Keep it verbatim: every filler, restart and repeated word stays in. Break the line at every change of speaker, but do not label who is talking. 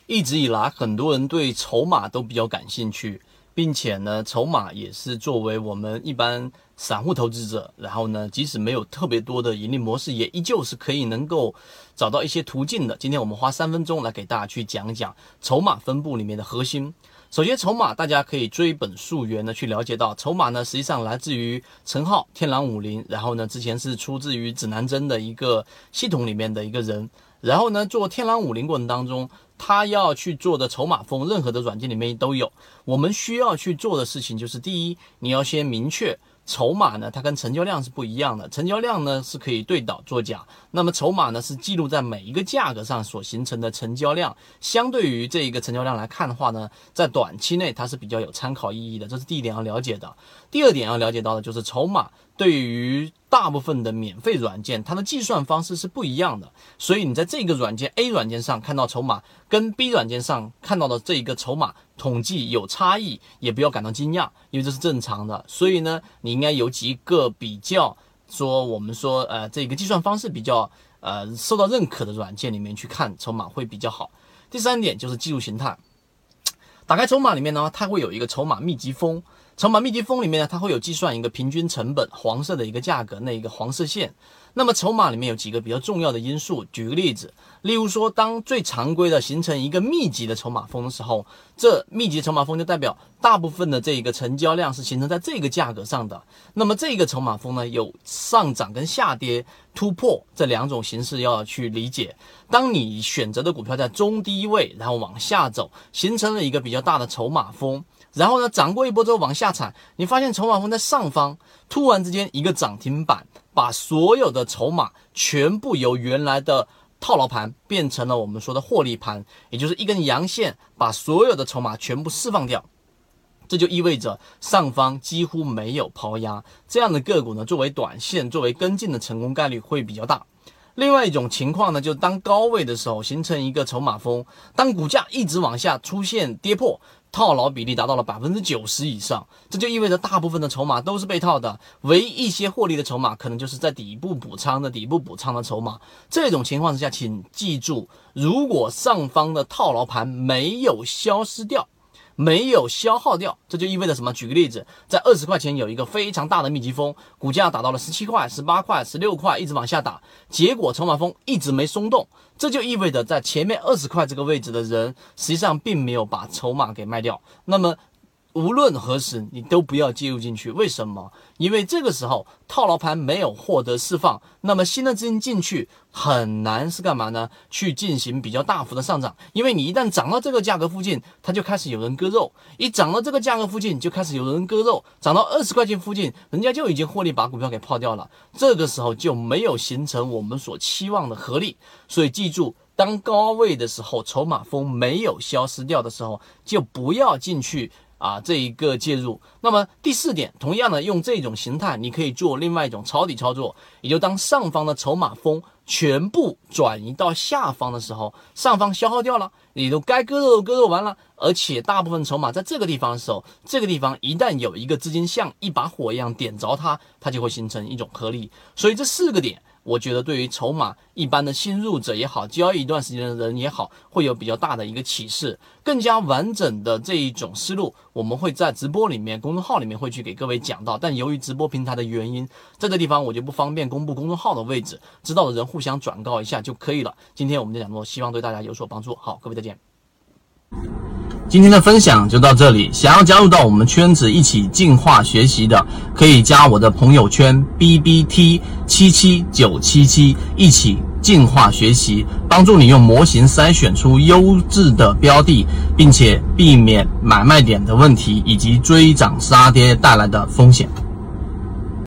一直以来很多人对筹码都比较感兴趣，并且呢，筹码也是作为我们一般散户投资者，然后呢，即使没有特别多的盈利模式，也依旧是可以能够找到一些途径的。今天我们花三分钟来给大家去讲讲筹码分布里面的核心。首先，筹码大家可以追本溯源的去了解到，筹码呢实际上来自于陈浩天狼五零，然后呢之前是出自于指南针的一个系统里面的一个人，然后呢做天狼五零过程当中，他要去做的筹码峰，任何的软件里面都有。我们需要去做的事情就是，第一，你要先明确筹码呢，它跟成交量是不一样的。成交量呢是可以对倒作假，那么筹码呢是记录在每一个价格上所形成的成交量。相对于这一个成交量来看的话呢，在短期内它是比较有参考意义的，这是第一点要了解的。第二点要了解到的就是筹码对于大部分的免费软件，它的计算方式是不一样的，所以你在这个软件 A 软件上看到筹码，跟 B 软件上看到的这一个筹码统计有差异，也不要感到惊讶，因为这是正常的。所以呢，你应该有几个比较说我们说呃这个计算方式比较呃受到认可的软件里面去看筹码会比较好。第三点就是技术形态，打开筹码里面呢，它会有一个筹码密集峰。筹码密集峰里面呢，它会有计算一个平均成本，黄色的一个价格，那一个黄色线。那么筹码里面有几个比较重要的因素，举个例子，例如说，当最常规的形成一个密集的筹码峰的时候，这密集筹码峰就代表大部分的这一个成交量是形成在这个价格上的。那么这个筹码峰呢，有上涨跟下跌突破这两种形式要去理解。当你选择的股票在中低位，然后往下走，形成了一个比较大的筹码峰。然后呢，涨过一波之后往下踩，你发现筹码峰在上方，突然之间一个涨停板，把所有的筹码全部由原来的套牢盘变成了我们说的获利盘，也就是一根阳线把所有的筹码全部释放掉。这就意味着上方几乎没有抛压，这样的个股呢，作为短线作为跟进的成功概率会比较大。另外一种情况呢，就是当高位的时候形成一个筹码峰，当股价一直往下出现跌破，套牢比例达到了 百分之九十 以上，这就意味着大部分的筹码都是被套的，唯一一些获利的筹码可能就是在底部补仓的底部补仓的筹码。这种情况之下，请记住，如果上方的套牢盘没有消失掉，没有消耗掉，这就意味着什么？举个例子，在二十块钱有一个非常大的密集峰，股价打到了十七块、十八块、十六块，一直往下打，结果筹码峰一直没松动，这就意味着在前面二十块这个位置的人，实际上并没有把筹码给卖掉。那么无论何时你都不要介入进去，为什么？因为这个时候套牢盘没有获得释放，那么新的资金进去很难是干嘛呢？去进行比较大幅的上涨，因为你一旦涨到这个价格附近，它就开始有人割肉，一涨到这个价格附近就开始有人割肉，涨到二十块钱附近，人家就已经获利把股票给抛掉了，这个时候就没有形成我们所期望的合力。所以记住，当高位的时候，筹码峰没有消失掉的时候，就不要进去啊，这一个介入。那么第四点，同样的用这种形态，你可以做另外一种抄底操作，也就当上方的筹码峰全部转移到下方的时候，上方消耗掉了，你都该割肉都割肉完了，而且大部分筹码在这个地方的时候，这个地方一旦有一个资金像一把火一样点着它，它就会形成一种合力。所以这四个点，我觉得对于筹码一般的新入者也好，交易一段时间的人也好，会有比较大的一个启示。更加完整的这一种思路，我们会在直播里面、公众号里面会去给各位讲到。但由于直播平台的原因，在这地方我就不方便公布公众号的位置，知道的人互相转告一下就可以了。今天我们的讲座希望对大家有所帮助。好，各位再见。今天的分享就到这里，想要加入到我们圈子一起进化学习的，可以加我的朋友圈 B B T 七七九七七，一起进化学习，帮助你用模型筛选出优质的标的，并且避免买卖点的问题以及追涨杀跌带来的风险。